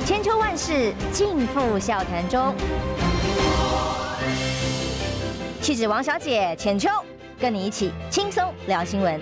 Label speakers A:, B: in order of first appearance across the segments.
A: 千秋万世尽付笑谈中。气质王小姐浅秋，跟你一起轻松聊新闻。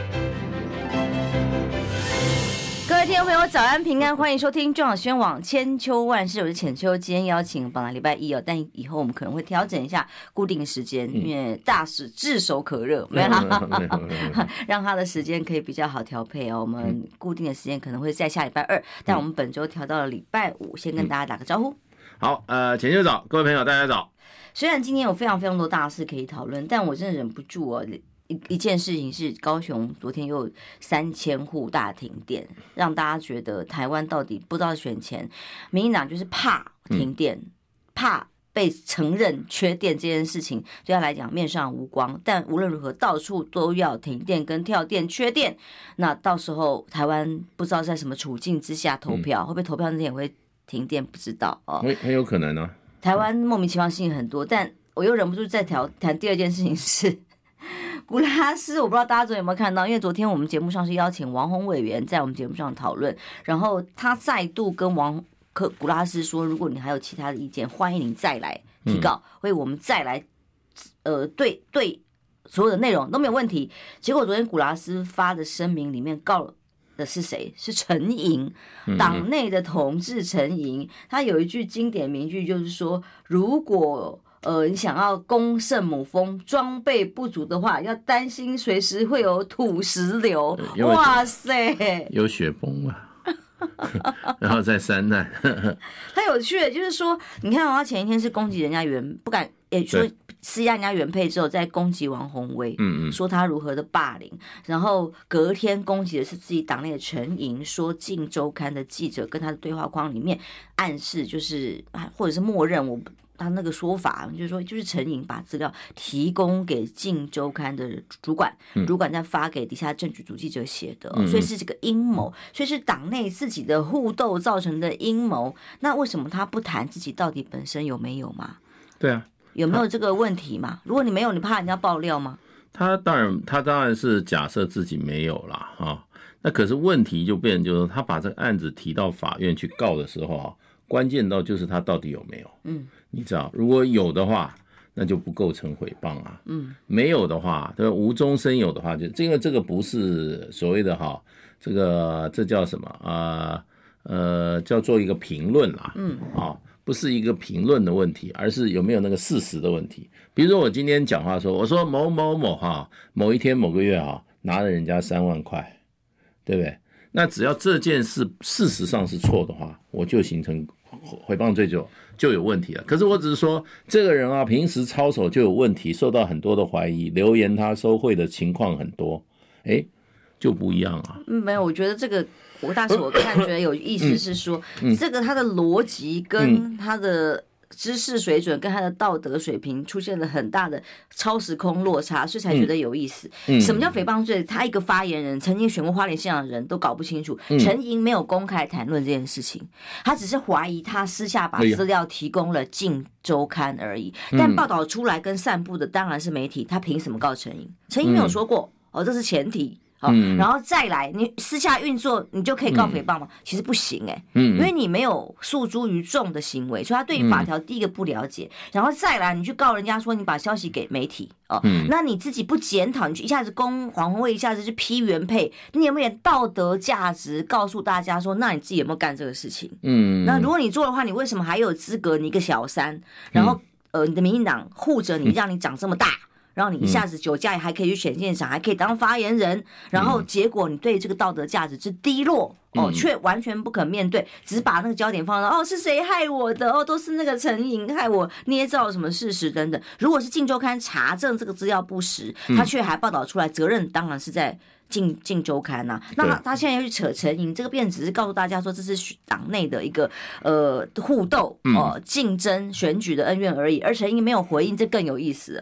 A: 各位听众朋友，早安平安，欢迎收听中广宣网千秋万世，我是浅秋。今天邀请本来礼拜一哦，但以后我们可能会调整一下固定时间，因为大使炙手可热，没有啦，让他的时间可以比较好调配哦。我们固定的时间可能会在下礼拜二，但我们本周调到了礼拜五，先跟大家打个招呼。
B: 好，浅秋早，各位朋友大家早。
A: 虽然今天有非常非常多大事可以讨论，但我真的忍不住哦。一件事情是，高雄昨天又有3000户大停电，让大家觉得台湾到底不知道选前，民进党就是怕停电，怕被承认缺电这件事情，对他来讲面上无光。但无论如何，到处都要停电跟跳电、缺电。那到时候台湾不知道在什么处境之下投票，会不会投票那天也会停电，不知道哦。
B: 很有可能啊。
A: 台湾莫名其妙事情很多，但我又忍不住再谈第二件事情是。古拉斯，我不知道大家昨天有没有看到，因为昨天我们节目上是邀请王宏委员在我们节目上讨论，然后他再度跟古拉斯说，如果你还有其他的意见，欢迎你再来提稿，为我们再来对所有的内容都没有问题。结果昨天古拉斯发的声明里面告的是谁？是陈莹，党内的同志陈莹，他有一句经典名句，就是说，如果你想要攻圣母峰，装备不足的话，要担心随时会有土石流。哇塞，
B: 有雪崩啊，然后再山难。
A: 太有趣了，就是说，你看他前一天是攻击人家不敢，说施压人家原配之后，再攻击王宏威，说他如何的霸凌，然后隔天攻击的是自己党内的陈莹，说《镜周刊》的记者跟他的对话框里面暗示，就是或者是默认他那个说法就是说，就是陈莹把资料提供给《镜周刊》的主管，主管再发给底下政治组记者写的，所以是这个阴谋，所以是党内自己的互斗造成的阴谋。那为什么他不谈自己到底本身有没有吗？
B: 对啊，
A: 有没有这个问题嘛？如果你没有，你怕人家爆料吗？
B: 他当然是假设自己没有啦，哈。那可是问题就变成就是他把这个案子提到法院去告的时候啊，关键到就是他到底有没有？你知道，如果有的话，那就不构成诽谤啊。没有的话，无中生有的话，就因为这个不是所谓的这叫什么叫做一个评论啦。不是一个评论的问题，而是有没有那个事实的问题。比如说我今天讲话说，我说某某某某一天某个月拿了人家3万块，对不对？那只要这件事事实上是错的话，我就形成诽谤罪就有问题了。可是我只是说这个人平时操守就有问题，受到很多的怀疑，留言他收贿的情况很多，就不一样啊。没
A: 有，我觉得这个大使我看觉得有意思是说，这个他的逻辑跟他的知识水准跟他的道德水平出现了很大的超时空落差，所以才觉得有意思。什么叫诽谤罪？他一个发言人，曾经选过花莲县长的人都搞不清楚。陈莹没有公开谈论这件事情，他只是怀疑他私下把资料提供了《镜周刊》而已。但报道出来跟散布的当然是媒体，他凭什么告陈莹？陈莹没有说过这是前提。然后再来，你私下运作，你就可以告诽谤吗？其实不行因为你没有诉诸于众的行为，所以他对于法条第一个不了解，然后再来，你去告人家说你把消息给媒体那你自己不检讨，你就一下子攻黄宏卫，一下子去批原配，你有没有点道德价值？告诉大家说，那你自己有没有干这个事情？那如果你做的话，你为什么还有资格？你一个小三，然后你的民进党护着你，让你长这么大？然后你一下子酒驾还可以去选县长，还可以当发言人，然后结果你对这个道德价值之低落却完全不肯面对，只是把那个焦点放到是谁害我的都是那个陈莹害我捏造什么事实等等。如果是《镜周刊》查证这个资料不实，他却还报道出来，责任当然是在镜周刊那他现在要去扯陈莹，这个便只是告诉大家说这是党内的一个互斗竞争选举的恩怨而已，而陈莹没有回应，这更有意思了。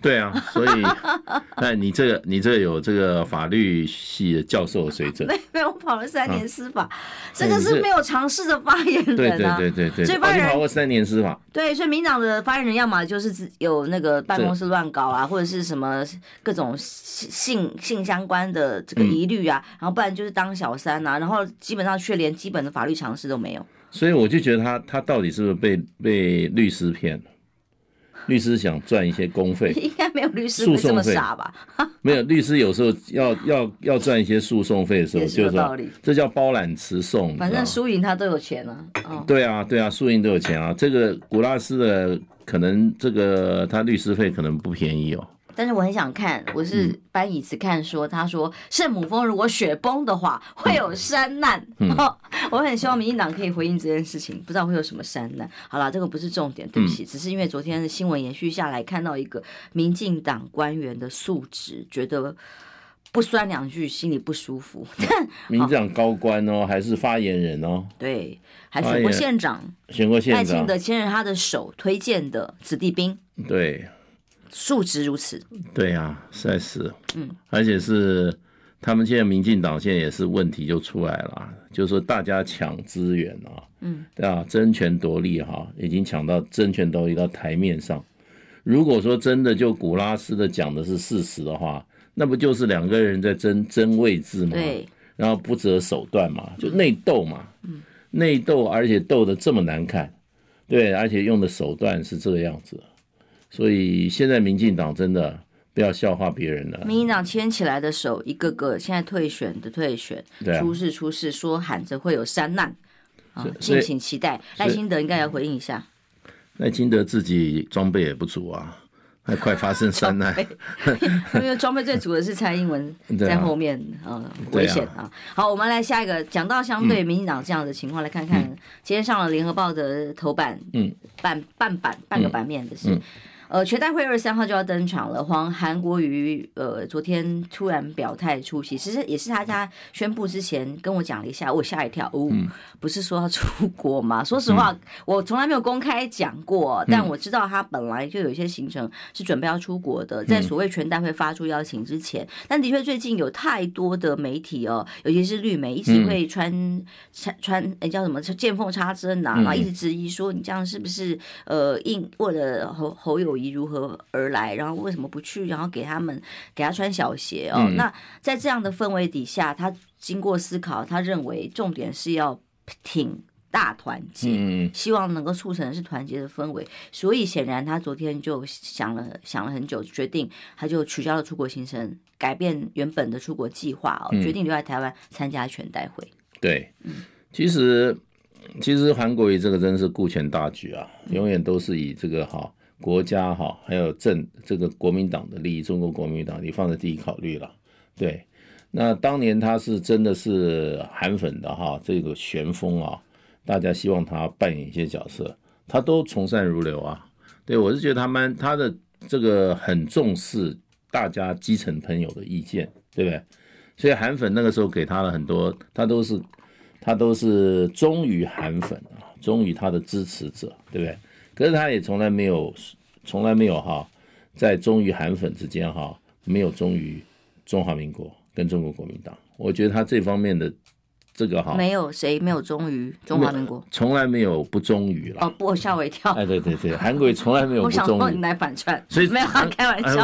B: 对啊，所以你这个有这个法律系的教授的水准。
A: 没有，我跑了3年司法，这个是没有尝试的发言人啊。
B: 对，
A: 所以发言人
B: 你跑过3年司法。
A: 对，所以民党的发言人要么就是有那个办公室乱搞啊，或者是什么各种性相关的这个疑虑啊，然后不然就是当小三啊，然后基本上却连基本的法律常识都没有。
B: 所以我就觉得他到底是不是被律师骗了？律师想赚一些公费，
A: 应该没有律师会这么傻吧？
B: 没有，律师有时候要赚一些诉讼费的时候，就是说这叫包揽持讼，
A: 反正输赢他都有钱啊。哦、
B: 对啊，输赢都有钱啊。这个古拉斯的可能这个他律师费可能不便宜哦。
A: 但是我很想看，我是搬椅子看说，他说圣母峰如果雪崩的话会有山难，我很希望民进党可以回应这件事情，不知道会有什么山难。好啦，这个不是重点，对不起，只是因为昨天的新闻延续下来，看到一个民进党官员的素质，觉得不酸2句心里不舒服。
B: 民进党高官哦，还是发言人哦，
A: 对，还选过县长，赖清德牵着他的手推荐的子弟兵，
B: 对。
A: 素质如此，
B: 对啊，实在是，而且是他们现在民进党现在也是问题就出来了，就是说大家抢资源啊，对啊，争权夺利哈，已经抢到争权夺利到台面上。如果说真的就古拉斯的讲的是事实的话，那不就是2个人在争位置嘛？
A: 对，
B: 然后不择手段嘛，就内斗嘛，内斗，而且斗得这么难看，对，而且用的手段是这个样子。所以现在民进党真的不要笑话别人了。
A: 民进党牵起来的手，一个个现在退选的退选，出事，说喊着会有山难啊，敬请期待。赖清德应该要回应一下。
B: 赖清德自己装备也不足啊，还快发生山难。
A: 因为装备最足的是蔡英文在后面危险啊。好，我们来下一个，讲到相对民进党这样的情况，来看看今天上了联合报的头版，半个版面的是。全代会23号就要登场了。韩国瑜昨天突然表态出席，其实也是他宣布之前跟我讲了一下，我吓一跳。不是说要出国吗？说实话，我从来没有公开讲过，但我知道他本来就有一些行程是准备要出国的，在所谓全代会发出邀请之前。但的确最近有太多的媒体尤其是绿媒，一直会穿叫什么见缝插针然后一直质疑说你这样是不是为了侯友宜如何而来，然后为什么不去，然后给他穿小鞋那在这样的氛围底下，他经过思考，他认为重点是要挺大团结，希望能够促成的是团结的氛围，所以显然他昨天就想了很久，决定他就取消了出国行程，改变原本的出国计划决定留在台湾参加全代会。
B: 对，其实韩国瑜这个真是顾全大局啊，永远都是以这个国家还有这个国民党的利益，中国国民党你放在第一考虑了。对，那当年他是真的是韩粉的这个旋风大家希望他扮演一些角色，他都从善如流啊。对，我是觉得他的这个很重视大家基层朋友的意见，对不对？所以韩粉那个时候给他了很多，他都是忠于韩粉忠于他的支持者，对不对？可是他也从来没有在忠于韩粉之间没有忠于中华民国跟中国国民党。我觉得他这方面的这个
A: 没有谁没有忠于中华民国，
B: 从来没有不忠于啦。
A: 我吓我一跳。
B: 对，韩国也从来没有不忠于。
A: 我想说你来反串，所以没有开玩笑。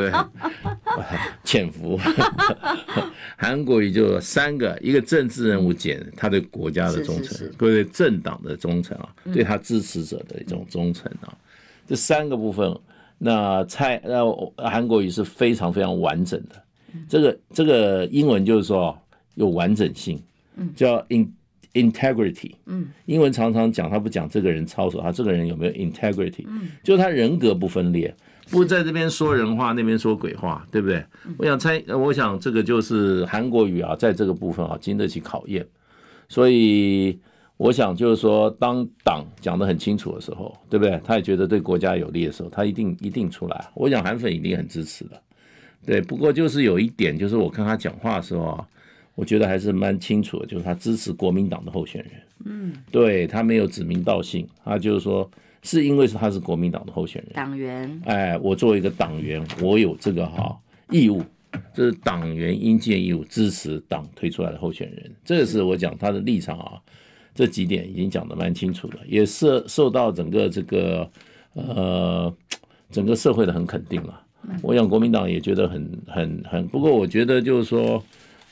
B: 潜伏。韩国瑜就3个，一个政治人物减他对国家的忠诚，对政党的忠诚对他支持者的一种忠诚这3个部分，那韩国瑜是非常非常完整的。这个英文就是说有完整性，叫 integrity。英文常常讲，他不讲这个人操守，他这个人有没有 integrity，就是他人格不分裂。不在这边说人话，那边说鬼话，对不对？我想这个就是韩国瑜在这个部分经得起考验。所以我想就是说，当党讲得很清楚的时候，对不对？他也觉得对国家有利的时候，他一定出来。我想韩粉一定很支持的。对，不过就是有一点，就是我看他讲话的时候我觉得还是蛮清楚的，就是他支持国民党的候选人。对，他没有指名道姓，他就是说是因为他是国民党的候选人，
A: 党员，
B: 我作为一个党员，我有这个义务，这是党员应尽义务支持党推出来的候选人，这个是我讲他的立场这几点已经讲得蛮清楚了，也是受到整个这个整个社会的很肯定了。我想国民党也觉得很，不过我觉得就是说，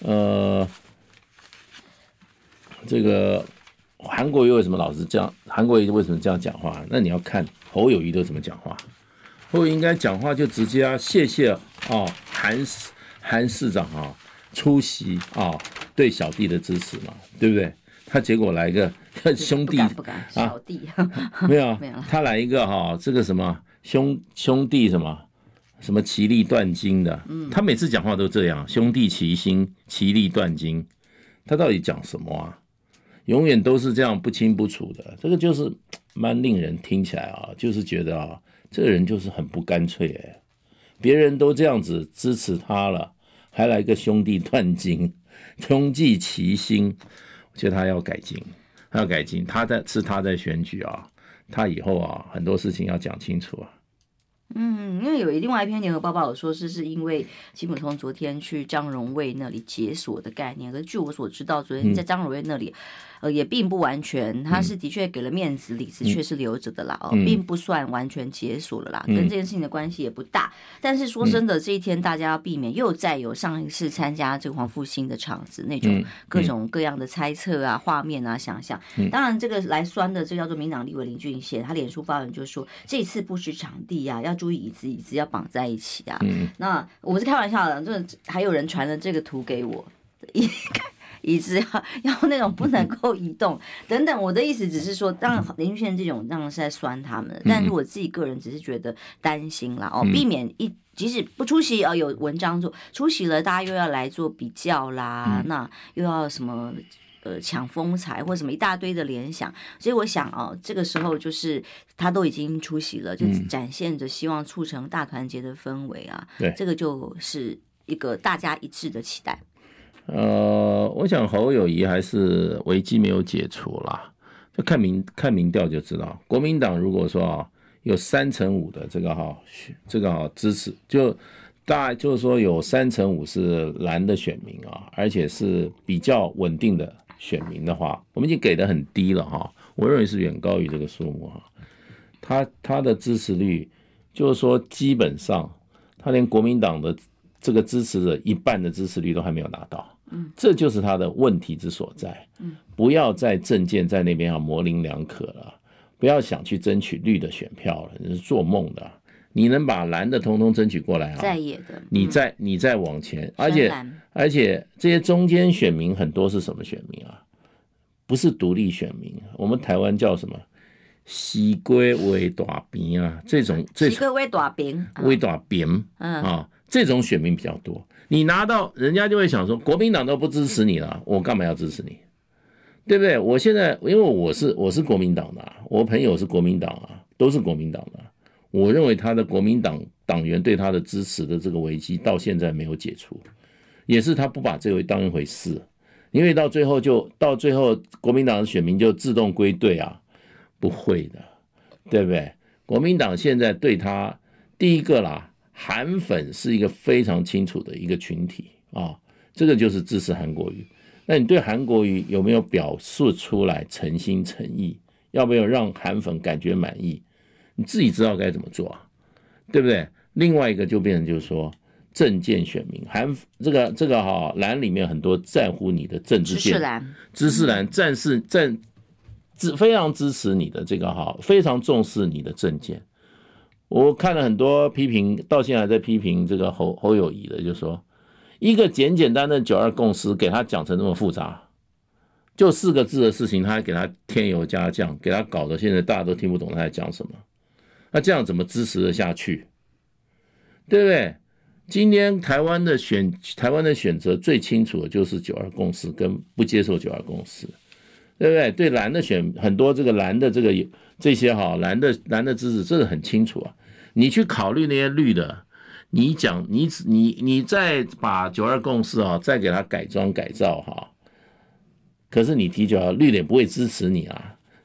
B: 这个韩国瑜为什么老是这样？韩国瑜为什么这样讲话？那你要看侯友宜都怎么讲话。侯友宜应该讲话就直接谢谢韩市长出席对小弟的支持嘛，对不对？他结果来一个兄弟
A: 不敢小弟
B: 没有他来一个这个什么兄弟什么其利断金的，他每次讲话都这样，兄弟齐心，其利断金，他到底讲什么啊？永远都是这样不清不楚的，这个就是蛮令人听起来就是觉得这个人就是很不干脆别人都这样子支持他了，还来个兄弟断金，兄弟齐心，我觉得他要改进，他在选举他以后很多事情要讲清楚
A: 因为有另外一篇联合报有说是因为吉普通昨天去张荣卫那里解锁的概念，可是据我所知道，昨天在张荣卫那里也并不完全，他是的确给了面子，里子却是留着的啦，并不算完全解锁了啦，跟这件事情的关系也不大。但是说真的，这一天大家要避免又再有上一次参加这个黄复兴的场子那种各种各样的猜测画面想象。当然，这个来酸的这个叫做民党立委林俊宪，他脸书发文就说，这次不止场地要注意椅子要绑在一起那我是开玩笑的，就还有人传了这个图给我。椅子要那种不能够移动等等，我的意思只是说，当然林俊宪这种当然是在酸他们，但是我自己个人只是觉得担心啦避免即使不出席有文章做，出席了大家又要来做比较啦，那又要什么抢风采或什么一大堆的联想，所以我想这个时候就是他都已经出席了，就展现着希望促成大团结的氛围
B: 对，
A: 这个就是一个大家一致的期待。
B: 我想侯友宜还是危机没有解除啦，就看民调就知道，国民党如果说有35%的这个支持，就大概就是说有35%是蓝的选民而且是比较稳定的选民的话，我们已经给的很低了我认为是远高于这个数目他的支持率就是说基本上他连国民党的这个支持者一半的支持率都还没有拿到。这就是他的问题之所在。不要在政见在那边模棱两可了，不要想去争取绿的选票了，你是做梦的。你能把蓝的通通争取过来
A: 在野的，
B: 你再往前，而且这些中间选民很多是什么选民不是独立选民，我们台湾叫什么？西龟为大饼这种
A: 西龟为大饼，
B: 这种选民比较多。你拿到人家就会想说，国民党都不支持你了，我干嘛要支持你？对不对？我现在因为我是国民党的我朋友是国民党都是国民党的，我认为他的国民党党员对他的支持的这个危机到现在没有解除，也是他不把这回当一回事，因为到最后国民党的选民就自动归队不会的，对不对？国民党现在对他第一个啦，韩粉是一个非常清楚的一个群体这个就是支持韩国瑜。那你对韩国瑜有没有表述出来诚心诚意？要不要让韩粉感觉满意？你自己知道该怎么做对不对？另外一个就变成就是说政见选民，这个蓝里面很多在乎你的政治见，知识蓝非常支持你的这个非常重视你的政见。我看了很多批评，到现在还在批评这个侯友宜的，就说一个简单的9·2共识给他讲成那么复杂，就4个字的事情，他还给他添油加酱，给他搞得现在大家都听不懂他在讲什么。那这样怎么支持得下去？对不对？今天台湾的选择最清楚的就是9·2共识跟不接受9·2共识，对不对？对蓝的很多这个蓝的这些蓝的支持，这个很清楚你去考虑那些绿的，你再把9·2共识再给它改装改造可是你提9·2，绿的也不会支持你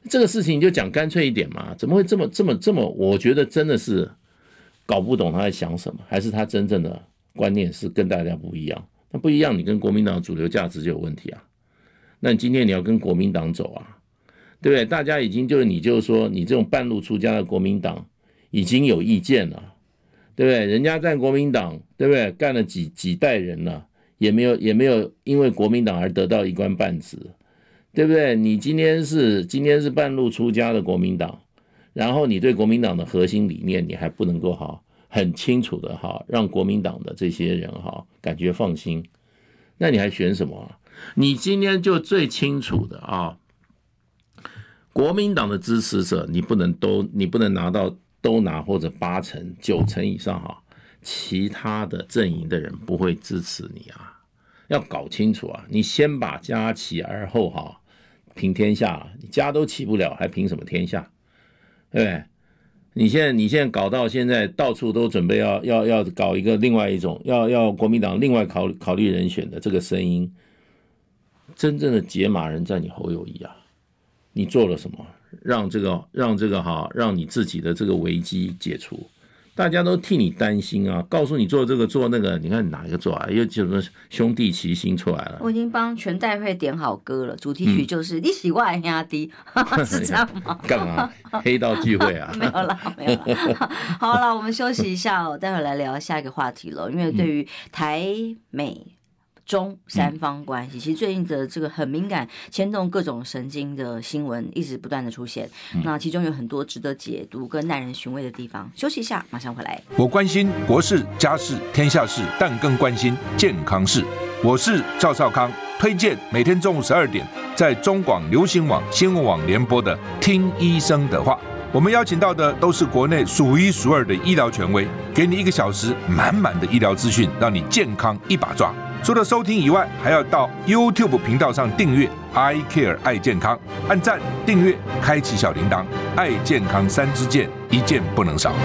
B: 这个事情就讲干脆一点嘛，怎么会这么？我觉得真的是搞不懂他在想什么，还是他真正的观念是跟大家不一样？那不一样，你跟国民党的主流价值就有问题啊。那你今天你要跟国民党走啊，对不对？大家已经你就是说，你这种半路出家的国民党已经有意见了，对不对？人家在国民党，对不对？干了几代人了，也没有因为国民党而得到一官半职。对不对？你今天是半路出家的国民党，然后你对国民党的核心理念你还不能够很清楚的让国民党的这些人感觉放心，那你还选什么啊？你今天就最清楚的国民党的支持者你不能拿到都拿或者8成9成以上其他的阵营的人不会支持你啊，要搞清楚啊！你先把家齐而后平天下，你家都齐不了，还凭什么天下？对不对？你现在搞到现在，到处都准备要搞一个另外一种，要国民党另外考虑人选的这个声音，真正的解码人在你侯友宜啊！你做了什么？让你自己的这个危机解除？大家都替你担心啊，告诉你做这个做那个，你看哪一个做啊？又什么兄弟齐心出来了？
A: 我已经帮全代会点好歌了，主题曲就是你喜欢兄弟，是这样吗？
B: 干嘛黑道聚会啊？
A: 没有了。好了，我们休息一下待会来聊下一个话题了。因为对于台美中3方关系，其实最近的这个很敏感、牵动各种神经的新闻一直不断的出现，那其中有很多值得解读跟耐人寻味的地方。休息一下，马上回来。
C: 我关心国事、家事、天下事，但更关心健康事。我是赵少康，推荐每天中午12点在中广流行网、新闻网联播的《听医生的话》。我们邀请到的都是国内数一数二的医疗权威，给你1个小时满满的医疗资讯，让你健康一把抓。除了收听以外，还要到 YouTube 频道上订阅 I Care 爱健康，按赞、订阅、开启小铃铛，爱健康3支箭，一件不能少。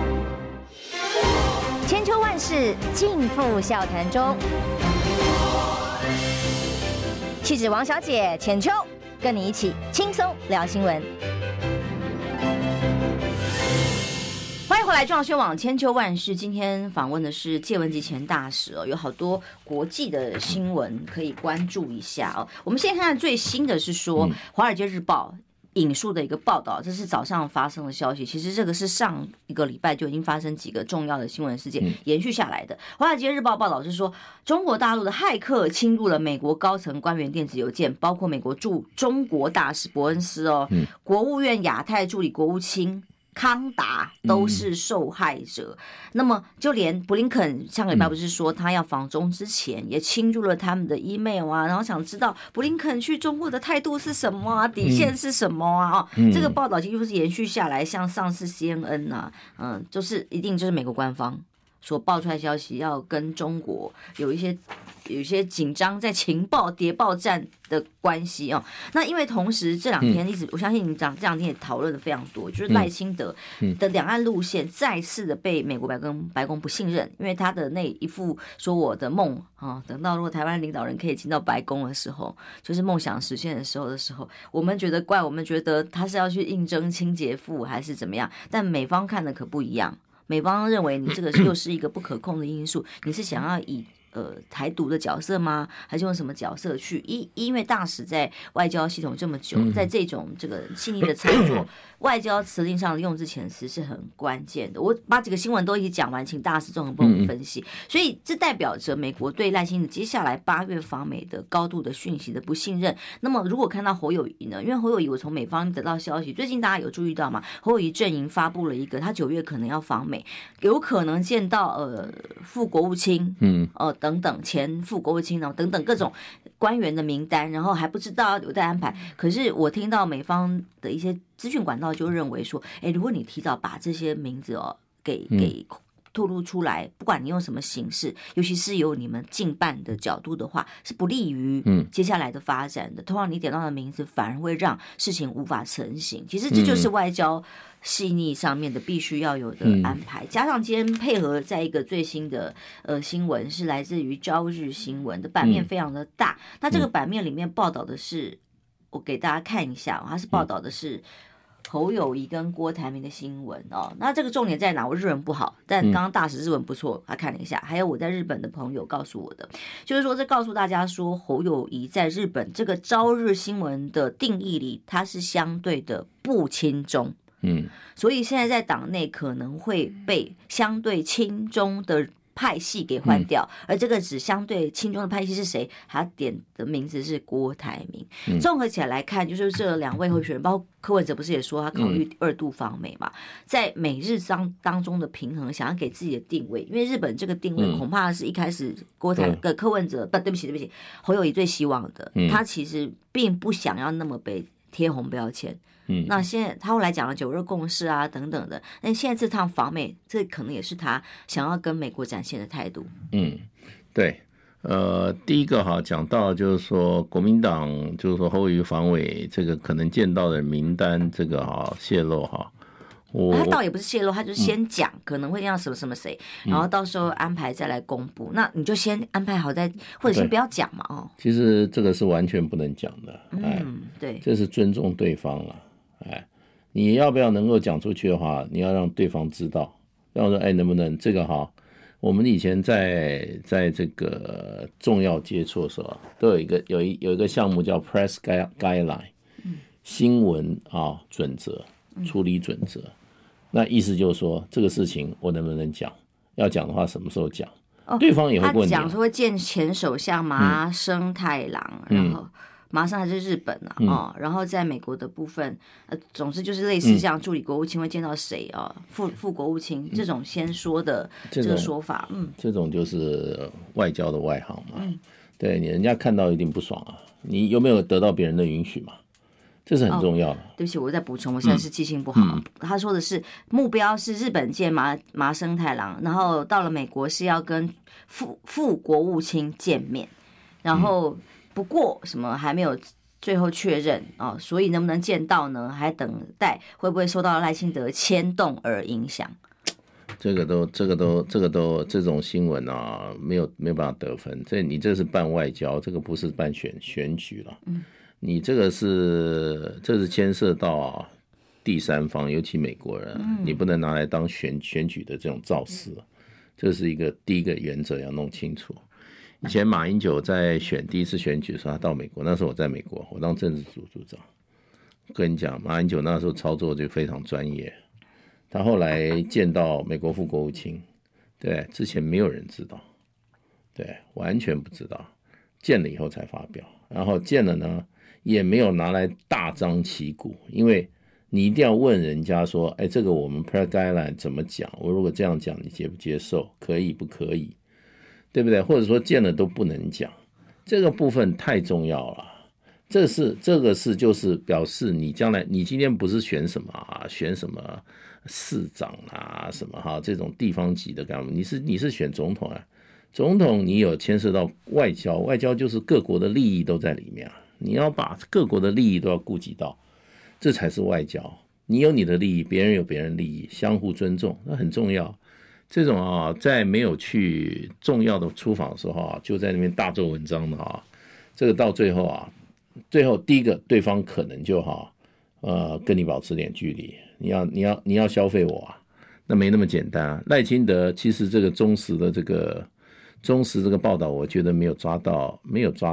D: 千秋万世尽付笑谈中，气质王小姐浅秋，跟你一起轻松聊新闻。
A: 欢迎回来，中央宣网千秋万世。今天访问的是介文汲前大使有好多国际的新闻可以关注一下我们现在看最新的是说，《华尔街日报》引述的一个报道，这是早上发生的消息。其实这个是上一个礼拜就已经发生几个重要的新闻事件延续下来的。《华尔街日报》报道是说，中国大陆的骇客侵入了美国高层官员电子邮件，包括美国驻中国大使伯恩斯国务院亚太助理国务卿康达都是受害者。那么就连布林肯上个礼拜不是说他要访中之前也侵入了他们的 email 然后想知道布林肯去中国的态度是什么底线是什么这个报道其实就是延续下来，像上次 CNN 就是一定就是美国官方所爆出来的消息，要跟中国有一些紧张在情报谍报战的关系那因为同时这2天我相信你这2天也讨论的非常多，就是赖清德的两岸路线再次的被美国白宫不信任，因为他的那一副说我的梦等到如果台湾领导人可以进到白宫的时候，就是梦想实现的时候，我们觉得怪，我们觉得他是要去应征清洁妇还是怎么样，但美方看的可不一样。美方认为你这个又是一个不可控的因素，你是想要以台独的角色吗？还是用什么角色去？因为大使在外交系统这么久，在这种这个细腻的操作，外交辞令上的用字遣词是很关键的。我把几个新闻都一起讲完，请大使综合帮我们分析。所以这代表着美国对赖清德接下来8月访美的高度的讯息的不信任。那么如果看到侯友宜呢？因为侯友宜我从美方得到消息，最近大家有注意到吗？侯友宜阵营发布了一个，他9月可能要访美，有可能见到副国务卿，等等前副国务卿等等各种官员的名单，然后还不知道有待安排。可是我听到美方的一些资讯管道就认为说，如果你提早把这些名字给透露出来，不管你用什么形式，尤其是由你们竞办的角度的话，是不利于接下来的发展的。通常你点到的名字反而会让事情无法成型。其实这就是外交细腻上面的必须要有的安排，加上今天配合在一个最新的新闻是来自于朝日新闻的版面非常的大，那这个版面里面报道的是我给大家看一下，他是报道的是侯友宜跟郭台铭的新闻哦。那这个重点在哪？我日文不好，但刚刚大使日文不错，他看了一下。还有我在日本的朋友告诉我的，就是说这告诉大家说，侯友宜在日本这个朝日新闻的定义里，它是相对的不亲中。所以现在在党内可能会被相对亲中的派系给换掉，而这个只相对亲中的派系是谁？他点的名字是郭台铭。综合起来看，就是这两位候选人，包括柯文哲不是也说他考虑2度访美嘛，在美日当中的平衡，想要给自己的定位，因为日本这个定位恐怕是一开始柯文哲对不起侯友宜最希望的，他其实并不想要那么被贴红标签。那现在他后来讲了9·2共识啊等等的，那现在这趟访美，这可能也是他想要跟美国展现的态度。
B: 对，第一个哈讲到就是说国民党就是说侯友宜访美这个可能见到的名单这个哈泄露哈，
A: 他倒也不是泄露，他就是先讲可能会让什么什么谁，然后到时候安排再来公布。那你就先安排好再，或者先不要讲嘛哦。
B: 其实这个是完全不能讲的，
A: 对，
B: 这是尊重对方了。你要不要能够讲出去的话，你要让对方知道，要说能不能这个哈，我们以前在这个重要接触的时候，都有一个项目叫 Press Guideline，新闻准则、处理准则。那意思就是说，这个事情我能不能讲？要讲的话，什么时候讲？对方也会问你。
A: 他讲说会见前首相麻生太郎，然后。马上还是日本然后在美国的部分，总之就是类似这样，助理国务卿会见到谁副国务卿这种先说的这个说法，
B: 这种就是外交的外行嘛，对你人家看到一定不爽啊，你有没有得到别人的允许嘛？这是很重要的。对不
A: 起，我再补充，我现在是记性不好。他说的是目标是日本见麻生太郎，然后到了美国是要跟副国务卿见面，然后。不过什么还没有最后确认所以能不能见到呢？还等待会不会受到赖清德牵动而影响？
B: 这个都这种新闻没有办法得分。你这是办外交，这个不是办选举了。你这是牵涉到第三方，尤其美国人，你不能拿来当选举的这种造势。这是第一个原则要弄清楚。以前马英九在第一次选举的时候，他到美国，那时候我在美国，我当政治组组长。跟你讲，马英九那时候操作就非常专业。他后来见到美国副国务卿，对，之前没有人知道，对，完全不知道，见了以后才发表，然后见了呢，也没有拿来大张旗鼓，因为你一定要问人家说，这个我们 Press Guideline 怎么讲？我如果这样讲，你接不接受？可以不可以？对不对？或者说见了都不能讲，这个部分太重要了。这个是就是表示你将来你今天不是选什么选什么市长什么这种地方级的干嘛？你是选总统总统你有牵涉到外交，外交就是各国的利益都在里面你要把各国的利益都要顾及到，这才是外交。你有你的利益，别人有别人利益，相互尊重，那很重要。这种在没有去重要的出访的时候就在那边大做文章的这个到最后第一个对方可能就跟你保持点距离，你要消费我那没那么简单赖清德其实这个中时这个报道，我觉得没有抓到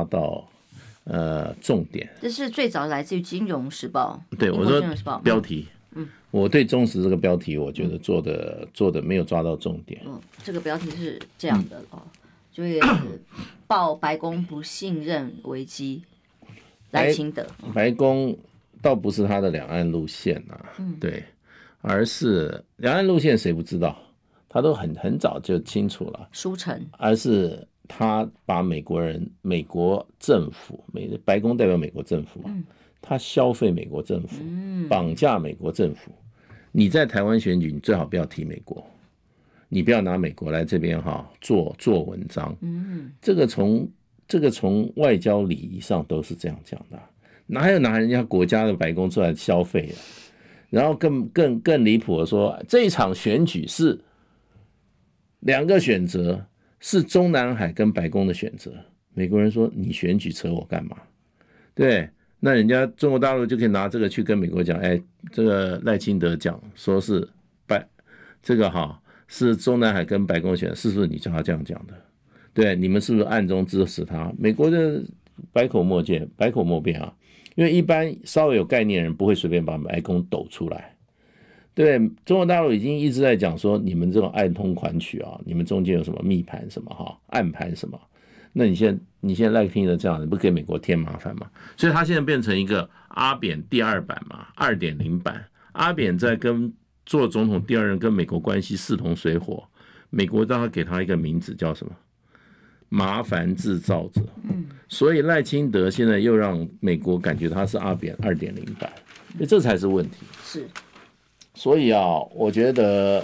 B: 重点。
A: 这是最早来自于《金融时报》，
B: 对我说标题。我对中时这个标题，我觉得做的没有抓到重点。
A: 这个标题是这样的就是报白宫不信任危机，赖清德。
B: 白宫倒不是他的两岸路线对，而是两岸路线谁不知道？他都很早就清楚了。
A: 书城，
B: 而是他把美国政府，白宫代表美国政府他消费美国政府，绑架美国政府。你在台湾选举，你最好不要提美国，你不要拿美国来这边做文章。这个从外交礼仪上都是这样讲的，哪有拿人家国家的白宫出来消费然后更离谱的说，这一场选举是两个选择，是中南海跟白宫的选择。美国人说你选举扯我干嘛？对， 那人家中国大陆就可以拿这个去跟美国讲，哎，这个赖清德讲说是这个是中南海跟白宫选，是不是你叫他这样讲的？对，你们是不是暗中支持他？美国的百口莫辩啊，因为一般稍微有概念的人不会随便把白宫抖出来。对，中国大陆已经一直在讲说，你们这种暗通款曲啊，你们中间有什么密盘什么暗盘什么？那你现在赖清德这样，你不给美国添麻烦吗？所以他现在变成一个阿扁第2版嘛，2.0版。阿扁在做总统第2任跟美国关系势同水火，美国让他给他一个名字叫什么？麻烦制造者。所以赖清德现在又让美国感觉他是阿扁2.0版，所以这才是问题。
A: 是。
B: 所以我觉得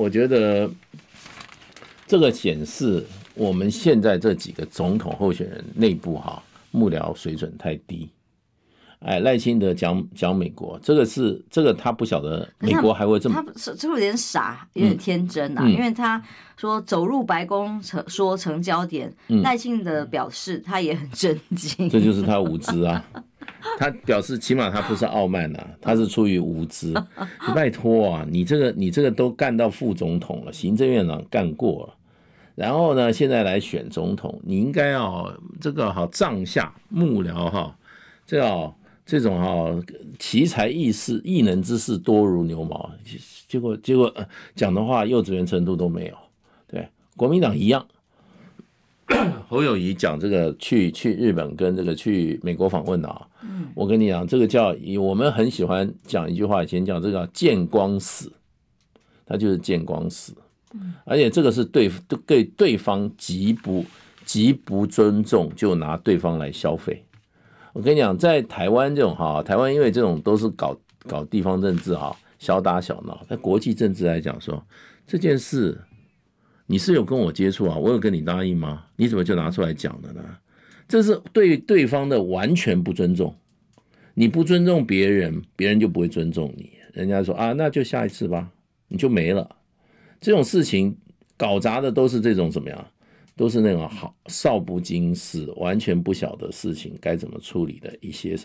B: 这个显示我们现在这几个总统候选人内部幕僚水准太低。哎，赖清德讲美国，这个他不晓得美国还会这么，
A: 他是有点傻，有点天真啊，因为他说走入白宫说成焦点，赖清德表示他也很震惊，
B: 这就是他无知啊。他表示起码他不是傲慢啊，他是出于无知。拜托啊，你这个都干到副总统了，行政院长干过了，然后呢现在来选总统，你应该这个帐下幕僚这种奇才异能之士多如牛毛，结果讲的话幼稚园程度都没有。对，国民党一样。侯友宜讲这个去日本跟这个去美国访问我跟你讲，这个叫我们很喜欢讲一句话，以前讲这个见光死，他就是见光死，而且这个是对对方极不尊重，就拿对方来消费。我跟你讲，在台湾这种台湾因为这种都是搞地方政治小打小闹，在国际政治来讲说这件事，你是有跟我接触我有跟你答应吗？你怎么就拿出来讲了呢？这是对对方的完全不尊重。你不尊重别人，别人就不会尊重你。人家说那就下一次吧，你就没了。这种事情搞砸的都是这种怎么样？都是那种少不经事，完全不晓得事情该怎么处理的一些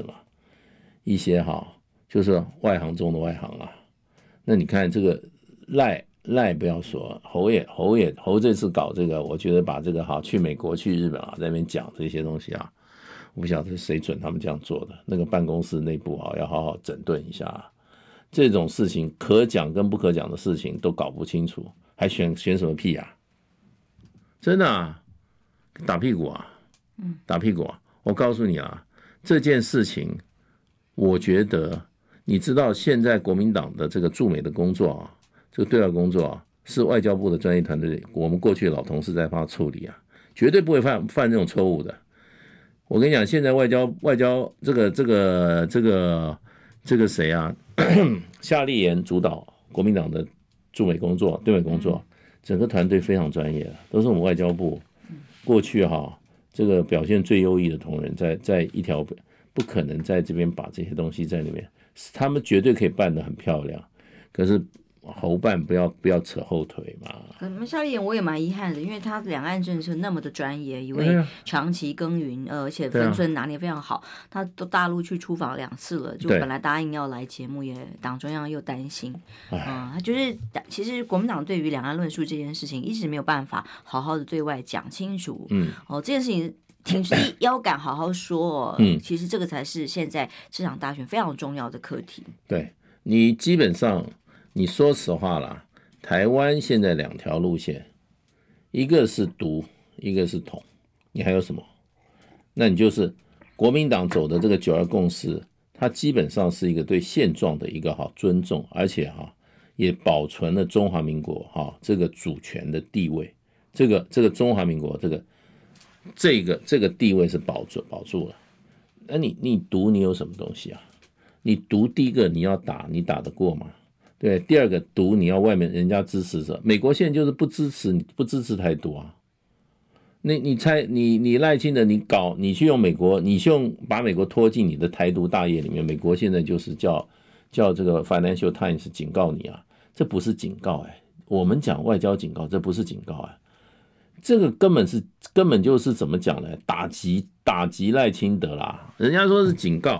B: 就是外行中的外行啊。那你看这个赖不要说，侯这次搞这个，我觉得把这个去美国去日本在那边讲这些东西我不晓得是谁准他们这样做的，那个办公室内部要好好整顿一下这种事情可讲跟不可讲的事情都搞不清楚，还选什么屁真的打屁股打屁股我告诉你这件事情，我觉得你知道现在国民党的这个驻美的工作这个对外工作是外交部的专业团队，我们过去的老同事在帮他处理绝对不会犯这种错误的。我跟你讲，现在外交这个谁夏立言主导国民党的驻美工作、对美工作，整个团队非常专业，都是我们外交部过去这个表现最优异的同仁，在一条不可能在这边把这些东西在那边，他们绝对可以办得很漂亮，可是侯办不要扯后腿嘛。
A: 可能夏立言我也蛮遗憾的，因为他两岸政策那么的专业，一位长期耕耘，而且分寸拿捏非常好。他都大陆去出访2次了，就本来答应要来节目，也党中央又担心。他就是其实国民党对于两岸论述这件事情一直没有办法好好的对外讲清楚。这件事情挺直腰杆好好说其实这个才是现在这场大选非常重要的课题。
B: 对，你基本上你说实话啦，台湾现在2条路线，一个是独，一个是统，你还有什么？那你就是国民党走的这个9·2共识，它基本上是一个对现状的一个尊重，而且也保存了中华民国这个主权的地位，这个中华民国这个地位是保住了。那你独你有什么东西你独第一个你要打，你打得过吗？对，第二个独你要外面人家支持者，美国现在就是不支持台独你赖清德你去用美国，你去把美国拖进你的台独大业里面，美国现在就是叫这个 Financial Times 警告你这不是警告我们讲外交警告，这不是警告这个根本就是怎么讲呢？打击赖清德啦，人家说是警告，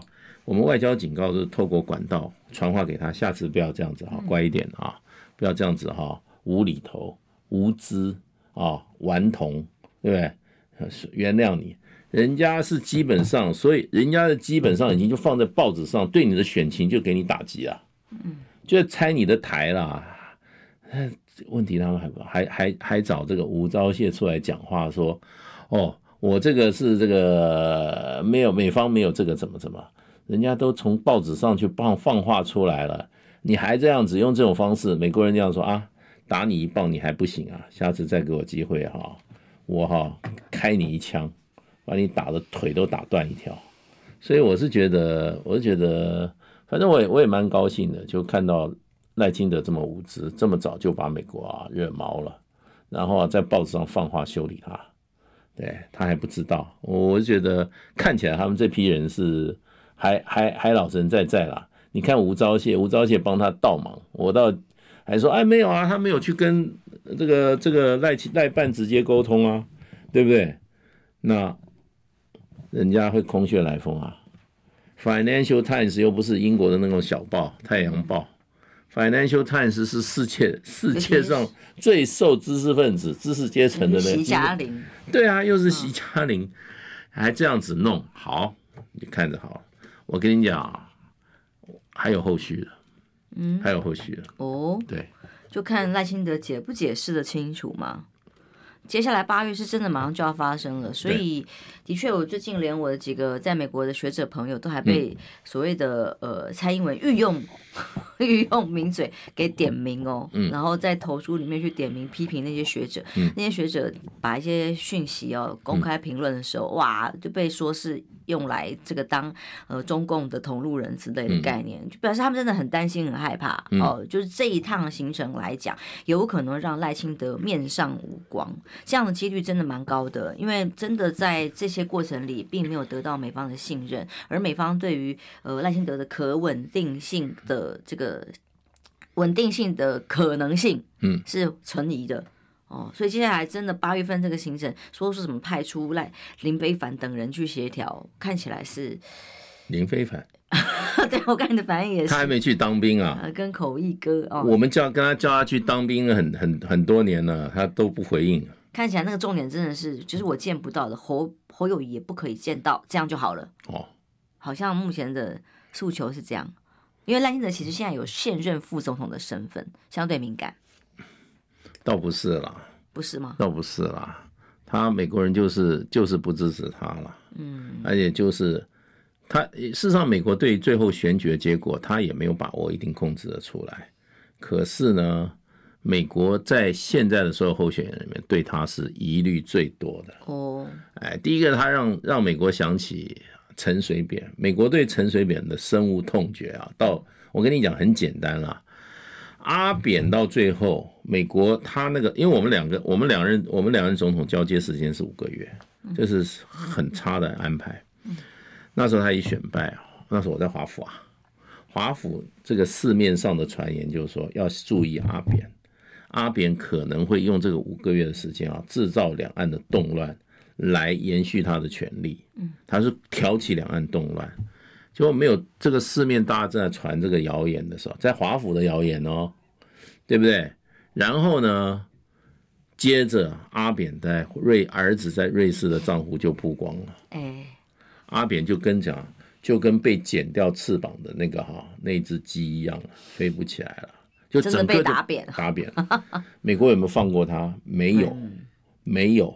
B: 我们外交警告是透过管道传话给他，下次不要这样子哈，乖一点啊，不要这样子哈，无厘头、无知啊、顽童，对不对？原谅你，人家是基本上，所以人家的基本上已经就放在报纸上，对你的选情就给你打击了，就拆你的台啦。问题他们还找这个吴钊燮出来讲话说，哦，我这个是这个没有美方没有这个怎么，人家都从报纸上去放话出来了，你还这样子用这种方式，美国人这样说啊，打你一棒你还不行啊，下次再给我机会哈，我开你一枪，把你打的腿都打断一条。所以我是觉得，反正我也蛮高兴的，就看到赖清德这么无知，这么早就把美国惹毛了，然后在报纸上放话修理他，对，他还不知道。我觉得看起来他们这批人是还老神在啦。你看吴钊燮帮他倒忙，我倒还说没有啊，他没有去跟这个赖办直接沟通啊，对不对？那人家会空穴来风啊。Financial Times 又不是英国的那种小报，太阳报。Financial Times 是世界上最受知识分子、知识阶层的人。
A: 习嘉玲。对
B: 啊，又是习嘉玲，还这样子弄，好，你看着好。我跟你讲，还有后续的，还有后续的。哦，对，
A: 就看赖清德解不解释的清楚嘛。接下来8月是真的马上就要发生了，所以的确，我最近连我的几个在美国的学者朋友都还被所谓的蔡英文御用名嘴给点名哦，然后在投书里面去点名批评那些学者，那些学者把一些讯息公开评论的时候，哇，就被说是用来这个当中共的同路人之类的概念，就表示他们真的很担心很害怕就是这一趟行程来讲，有可能让赖清德面上无光。这样的几率真的蛮高的，因为真的在这些过程里并没有得到美方的信任，而美方对于赖清德的可稳定性的这个稳定性的可能性是存疑的所以接下来真的8月份这个行程说是什么派出林非凡等人去协调，看起来是
B: 林非凡
A: 对，我看你的反应也是，
B: 他还没去当兵啊，
A: 跟口译哥
B: 我们跟他叫他去当兵很多年了，他都不回应。
A: 看起来那个重点真的是，就是我见不到的，侯友宜也不可以见到，这样就好了。好像目前的诉求是这样，因为赖清德其实现在有现任副总统的身份，相对敏感。
B: 倒不是啦，
A: 不是吗？
B: 倒不是啦，他美国人就是不支持他了，而且就是他事实上美国对于最后选举的结果，他也没有把握一定控制得出来，可是呢。美国在现在的所有候选人里面，对他是疑虑最多的。第一个，他让美国想起陈水扁，美国对陈水扁的深恶痛绝啊。到我跟你讲很简单啦，阿扁到最后，美国他那个，因为我们两人总统交接时间是5个月，这是很差的安排。那时候他一选败那时候我在华府这个市面上的传言就是说要注意阿扁可能会用这个5个月的时间制造两岸的动乱，来延续他的权利。他是挑起两岸动乱，结果没有这个市面大家正在传这个谣言的时候，在华府的谣言对不对？然后呢，接着阿扁儿子在瑞士的账户就曝光了。阿扁就跟被剪掉翅膀的那只鸡一样飞不起来了。就整个
A: 真的被打扁
B: 美国有没有放过他？没有。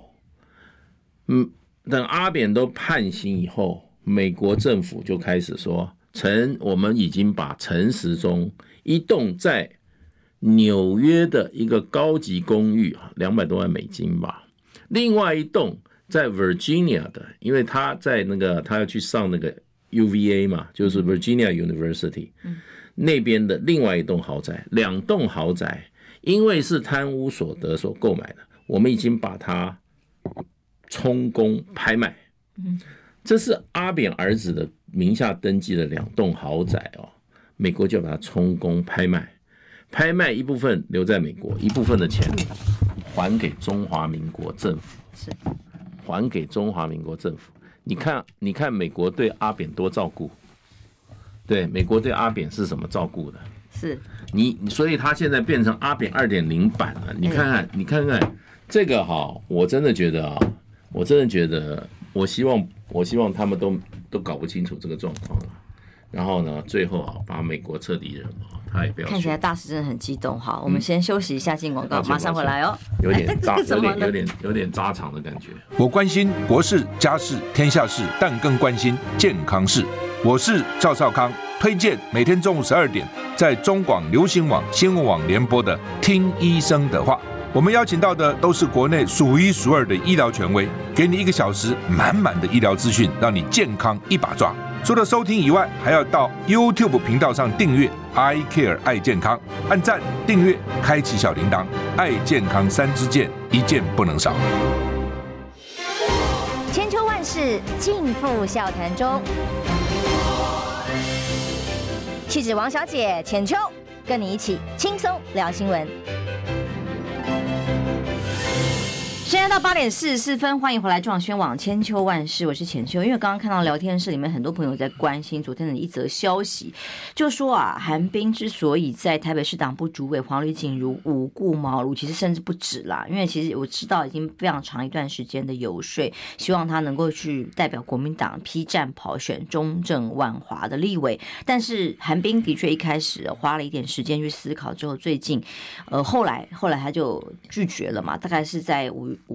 B: 等阿扁都判刑以后，美国政府就开始说，我们已经把陈时中一栋在纽约的一个高级公寓200多万美金吧，另外一栋在 Virginia 的，因为他在他要去上那个 UVA 嘛，就是 Virginia University。那边的另外一栋豪宅，2栋豪宅，因为是贪污所得所购买的，我们已经把它充公拍卖。这是阿扁儿子的名下登记的2栋豪宅美国就把它充公拍卖一部分留在美国，一部分的钱还给中华民国政府，还给中华民国政府。你看美国对阿扁多照顾。 对，美国对阿扁是什么照顾的？
A: 是
B: 所以他现在变成阿扁 2.0 版了。你看看这个我真的觉得我希望他们都搞不清楚这个状况了。然后呢，最后把美国彻底惹毛，他也不要。
A: 看起来大使真的很激动。好，我们先休息一下，进广告，马上回来哦。
B: 有点扎长的感觉。
C: 我关心国事、家事、天下事，但更关心健康事。我是赵少康，推荐每天中午12点在中广流行网、新闻网联播的《听医生的话》。我们邀请到的都是国内数一数二的医疗权威，给你1个小时满满的医疗资讯，让你健康一把抓。除了收听以外，还要到 YouTube 频道上订阅 I Care 爱健康，按赞、订阅、开启小铃铛，爱健康3支箭，一件不能少。
D: 千秋万世尽付笑谈中。气质王小姐浅秋，跟你一起轻松聊新闻。
A: 现在到8点44分，欢迎回来中广宣网千秋万世，我是浅秋。因为刚刚看到聊天室里面很多朋友在关心昨天的一则消息，就说韩冰之所以在台北市党部主委黄吕锦如五顾茅庐，其实甚至不止啦，因为其实我知道已经非常长一段时间的游说，希望他能够去代表国民党批战跑选中正万华的立委，但是韩冰的确一开始花了一点时间去思考之后，最近后来他就拒绝了嘛，大概是在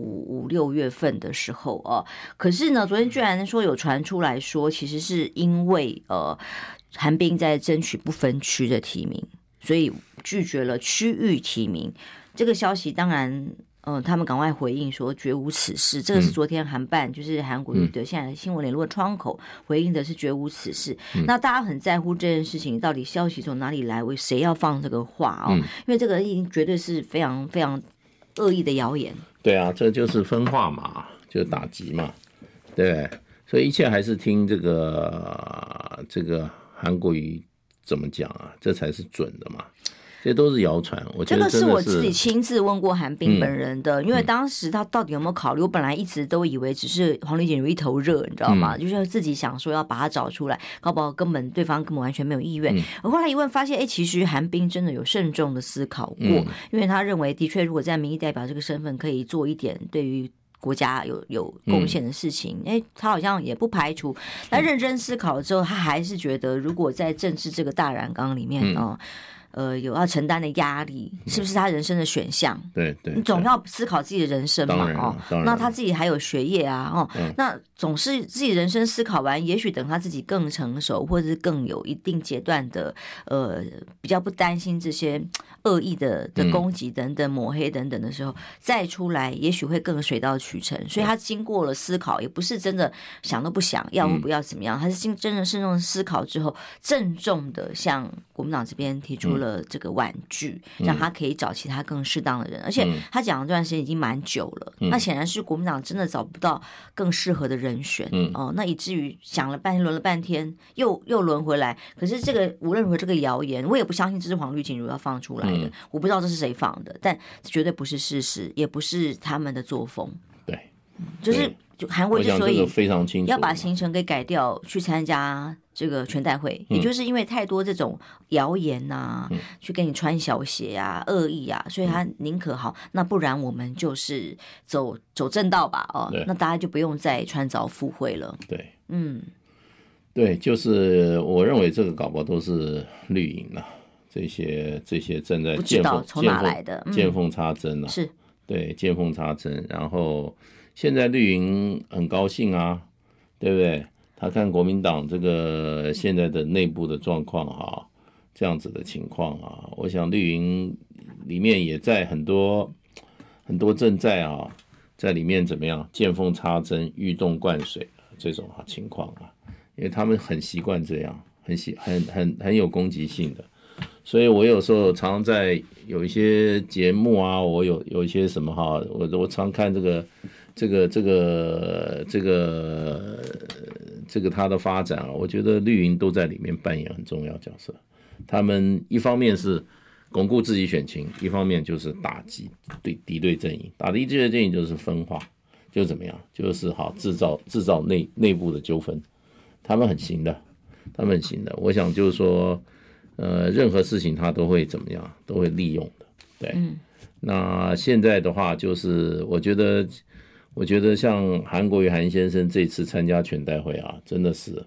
A: 5、6月份的时候可是呢，昨天居然说有传出来说，其实是因为韩冰在争取不分区的提名，所以拒绝了区域提名。这个消息当然他们赶快回应说绝无此事，这个是昨天韩办就是韩国瑜的现在的新闻联络窗口回应的是绝无此事。那大家很在乎这件事情到底消息从哪里来，为谁要放这个话因为这个已经绝对是非常非常恶意的谣言。
B: 对啊，这就是分化嘛，就是打击嘛，对不对？所以一切还是听这个韩国瑜怎么讲啊，这才是准的嘛。这都是谣传，我觉得
A: 这个是我自己亲自问过韩冰本人的，因为当时他到底有没有考虑，我本来一直都以为只是黄吕锦如一头热，你知道吗？就是自己想说要把他找出来，搞不好对方根本完全没有意愿。我后来一问发现，其实韩冰真的有慎重的思考过，因为他认为的确，如果在民意代表这个身份可以做一点对于国家有贡献的事情，他好像也不排除。他认真思考了之后，他还是觉得，如果在政治这个大染缸里面有要承担的压力，是不是他人生的选项？
B: 对，
A: 你总要思考自己的人生嘛，那他自己还有学业啊，那总是自己人生思考完，也许等他自己更成熟，或者是更有一定阶段的比较不担心这些恶意的攻击等等、抹黑等等的时候，再出来，也许会更水到渠成。所以他经过了思考，也不是真的想都不想要或不要怎么样，他是真的慎重思考之后，郑重的向国民党这边提出了这个婉拒，让他可以找其他更适当的人。而且他讲的这段时间已经蛮久了，那显然是国民党真的找不到更适合的人选那以至于想了半天，轮了半天，又轮回来。可是这个无论如何，这个谣言我也不相信这是黄吕锦如要放出来的，我不知道这是谁放的，但绝对不是事实，也不是他们的作风。
B: 对，
A: 就韩国之所以
B: 非常清楚
A: 要把行程给改掉，去参加这个全代会，也就是因为太多这种谣言去给你穿小鞋恶意所以他宁可那不然我们就是走正道吧那大家就不用再穿凿附会了。
B: 对，对，就是我认为这个搞不好都是绿营这些正在
A: 不知道从哪来的
B: 见缝插针
A: 是
B: 对，见缝插针。然后现在绿营很高兴对不对？他看国民党这个现在的内部的状况这样子的情况我想绿营里面也在很多正在里面怎么样见缝插针、欲洞灌水这种情况因为他们很习惯这样，很有攻击性的。所以我有时候常在有一些节目我有一些什么我常看这个他的发展我觉得绿营都在里面扮演很重要角色。他们一方面是巩固自己选情，一方面就是打击敌对阵营。打敌对阵营就是分化，就是怎么样，就是制造内部的纠纷。他们很行的， 他们很行的。我想就是说，任何事情他都会怎么样，都会利用的。对，那现在的话就是我觉得像韩国瑜韩先生这次参加全代会啊，真的是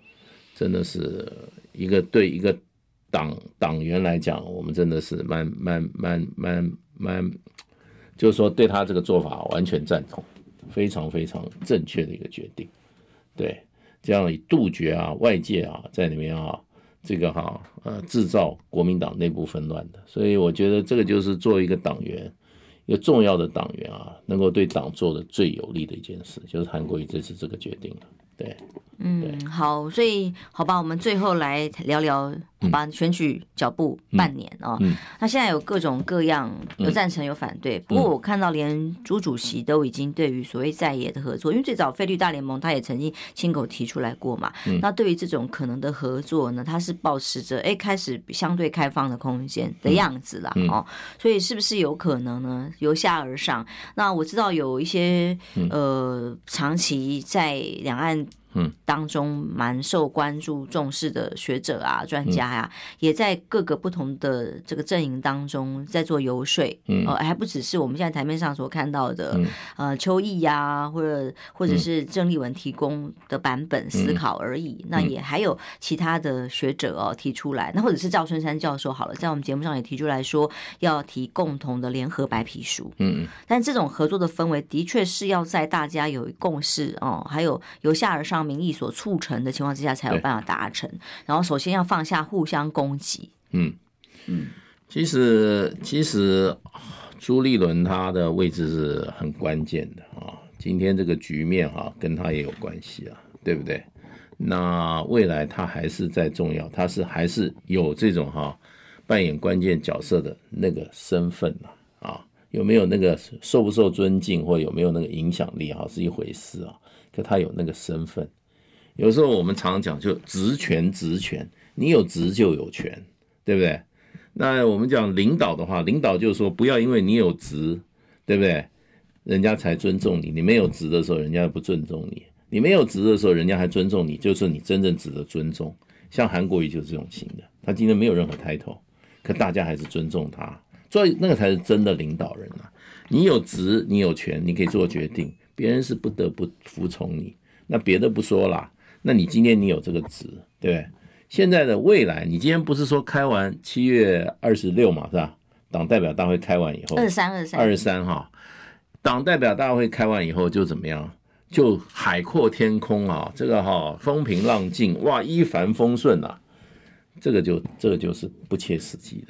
B: 对一个党员来讲，我们真的是蛮，就是说对他这个做法完全赞同，非常非常正确的一个决定。对，这样以杜绝外界在里面这个制造国民党内部纷乱的。所以我觉得这个就是作为一个党员，一个重要的党员能够对党做的最有利的一件事，就是韩国瑜这次这个决定了。对，
A: 好，所以好吧，我们最后来聊聊，好吧，选举脚步半年那现在有各种各样，有赞成有反对，不过我看到连朱主席都已经对于所谓在野的合作，因为最早菲律大联盟他也曾经亲口提出来过嘛，那对于这种可能的合作呢，他是抱持着开始相对开放的空间的样子啦，所以是不是有可能呢由下而上？那我知道有一些长期在两岸当中蛮受关注重视的学者专家也在各个不同的这个阵营当中在做游说，还不只是我们现在台面上所看到的邱毅或者是郑丽文提供的版本思考而已，那也还有其他的学者提出来，那或者是赵春山教授好了，在我们节目上也提出来说要提共同的联合白皮书，但这种合作的氛围的确是要在大家有共识还有由下而上民意所促成的情况之下才有办法达成，然后首先要放下互相攻击。
B: 其实朱立伦他的位置是很关键的今天这个局面跟他也有关系对不对？那未来他还是在重要，他还是有这种扮演关键角色的那个身份有没有那个受不受尊敬或有没有那个影响力是一回事可他有那个身份。有时候我们常常讲就职权，你有职就有权，对不对？那我们讲领导的话，领导就是说不要因为你有职，对不对？人家才尊重你，你没有职的时候人家不尊重你，你没有职的时候人家还尊重你，就是你真正值得尊重。像韩国瑜就是这种型的，他今天没有任何title，可大家还是尊重他，所以那个才是真的领导人你有职你有权，你可以做决定，别人是不得不服从你。那别的不说啦，那你今天你有这个职，对不对？现在的未来，你今天不是说开完7月26嘛，是吧？党代表大会开完以后，23党代表大会开完以后就怎么样？就海阔天空这个风平浪静，哇，一帆风顺这个就是不切实际的。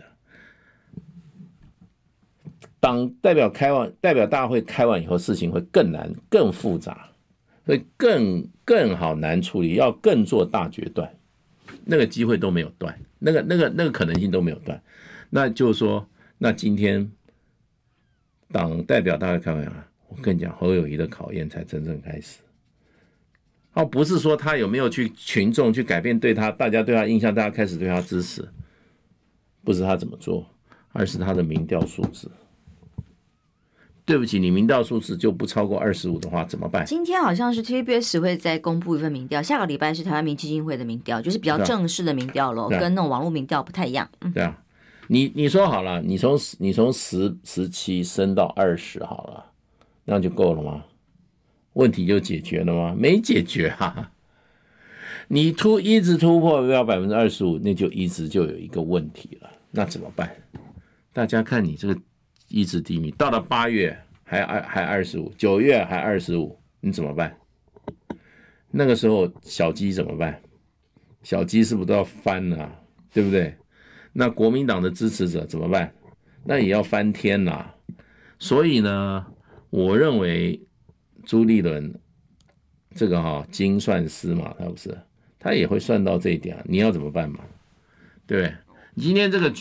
B: 党代表大会开完以后，事情会更难、更复杂，会更好难处理，要更做大决断，那个机会都没有断，那个可能性都没有断。那就是说，那今天党代表大会开完我跟你讲，侯友宜的考验才真正开始。不是说他有没有去群众去改变大家对他印象，大家开始对他支持，不是他怎么做，而是他的民调数字。对不起，你民调数字就不超过25的话怎么办？
A: 今天好像是 TVBS 会再公布一份民调，下个礼拜是台湾民基金会的民调，就是比较正式的民调咯，跟那种网络民调不太一样。
B: 对啊，你说好了，你从17升到20好了，那样就够了吗？问题就解决了吗？没解决你一直突破不要25%，那就一直就有一个问题了，那怎么办？大家看你这个一直低迷，到了8月还25%， 9月还25%，你怎么办？那个时候小鸡怎么办？小鸡是不是都要翻了对不对？那国民党的支持者怎么办？那也要翻天啦。所以呢，我认为朱立伦这个精算师嘛，他不是，他也会算到这一点你要怎么办嘛？对不对？今天这个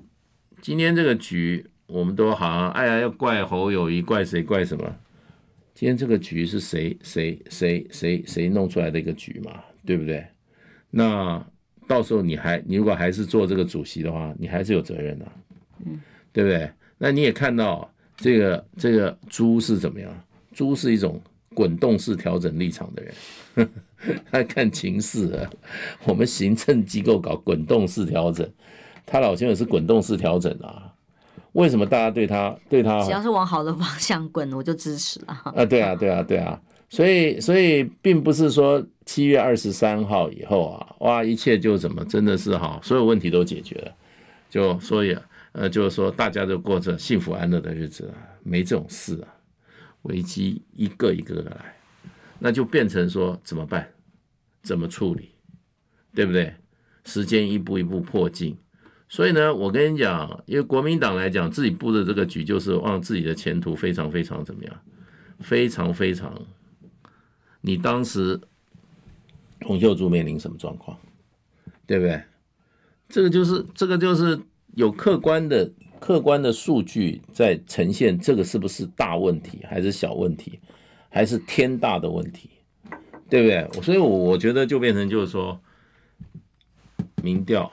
B: 局我们都好像要怪侯友宜，怪谁怪什么？今天这个局是谁弄出来的一个局嘛，对不对？那到时候你如果还是做这个主席的话，你还是有责任对不对？那你也看到这个猪是怎么样？猪是一种滚动式调整立场的人，他看情势啊。我们行政机构搞滚动式调整，他老先生是滚动式调整啊。为什么大家对他
A: 只要是往好的方向滚，我就支持了
B: 啊？对啊，所以并不是说7月23号以后啊，哇，一切就怎么真的是好，所有问题都解决了，就所以就是说大家就过着幸福安乐的日子啊，没这种事啊，危机一个一个的来，那就变成说怎么办，怎么处理，对不对？时间一步一步迫近。所以呢，我跟你讲，因为国民党来讲，自己布的这个局就是让自己的前途非常非常怎么样，非常非常。你当时洪秀柱面临什么状况，对不对？这个就是有客观的数据在呈现，这个是不是大问题，还是小问题，还是天大的问题，对不对？所以我觉得就变成就是说，民调。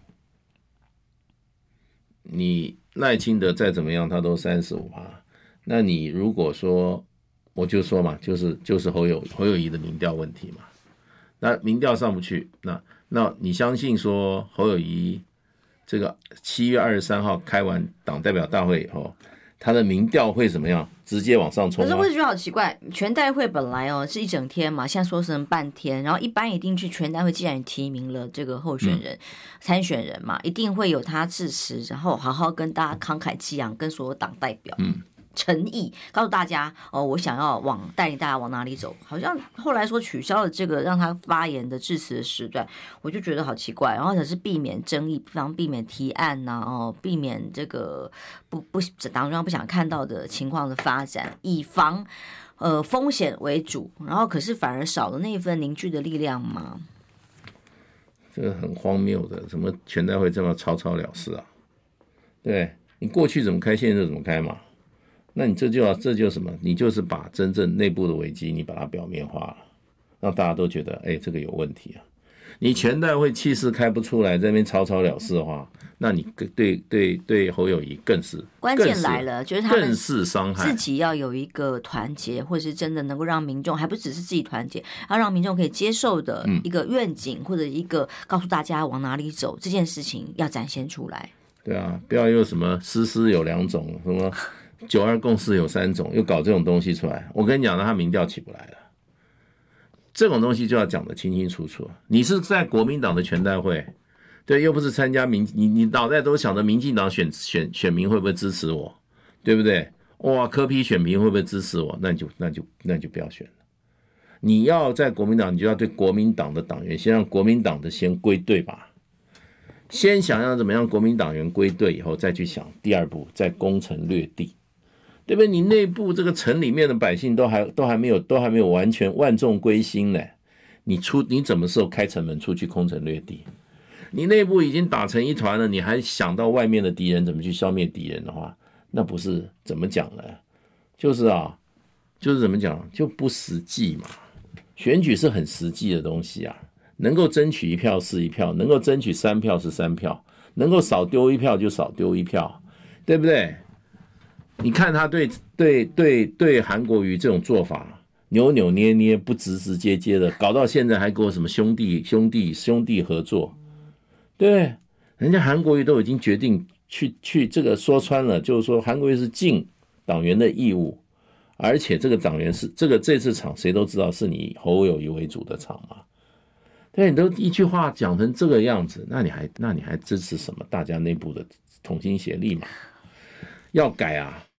B: 你赖清德再怎么样，他都35%。那你如果说，我就说嘛，就是侯友宜的民调问题嘛。那民调上不去，那你相信说侯友宜这个7月23号开完党代表大会以后，他的民调会怎么样？直接往上冲吗？
A: 可是我觉得好奇怪，全代会本来是一整天嘛，现在说成半天，然后一般一定去全代会，既然提名了这个候选人、参选人嘛，一定会有他致辞，然后好好跟大家慷慨激昂，跟所有党代表诚意告诉大家我想要带领大家往哪里走。好像后来说取消了这个让他发言的致辞的时段，我就觉得好奇怪。然后可是避免争议，避免提案避免这个党中央不想看到的情况的发展，以防风险为主。然后可是反而少了那一份凝聚的力量吗？
B: 这个很荒谬的，什么全代会这么草草了事啊？对，你过去怎么开，现在就怎么开嘛。那你这就什么？你就是把真正内部的危机，你把它表面化了，让大家都觉得，这个有问题啊。你全代会气势开不出来，在那边草草了事的话，那你对侯友宜更是
A: 关键来了，就是他们
B: 更是伤害。
A: 自己要有一个团结，或者是真的能够让民众，还不只是自己团结，要让民众可以接受的一个愿景，或者一个告诉大家往哪里走这件事情要展现出来。
B: 对啊，不要又什么诗有2种，什么92共识有3种，又搞这种东西出来，我跟你讲，他民调起不来了。这种东西就要讲得清清楚楚。你是在国民党的全代会，对，又不是参加你脑袋都想着民进党选民会不会支持我，对不对？哇，柯 P 选民会不会支持我？那就不要选了。你要在国民党，你就要对国民党的党员先让国民党的先归队吧。先想要怎么样国民党员归队以后，再去想第二步，再攻城略地。对不对？你内部这个城里面的百姓都还没有完全万众归心呢，你怎么时候开城门出去攻城略地？你内部已经打成一团了，你还想到外面的敌人怎么去消灭敌人的话，那不是怎么讲呢？就是怎么讲，就不实际嘛。选举是很实际的东西啊，能够争取1票是1票，能够争取3票是3票，能够少丢1票就少丢1票，对不对？你看他对韩国瑜这种做法，扭扭捏捏，不直直接接的，搞到现在还给我什么兄弟合作，对，人家韩国瑜都已经决定去这个说穿了，就是说韩国瑜是尽党员的义务，而且这个党员是这次场谁都知道是你以侯友宜为主的场嘛，对，你都一句话讲成这个样子，那你还支持什么？大家内部的同心协力嘛？要改啊！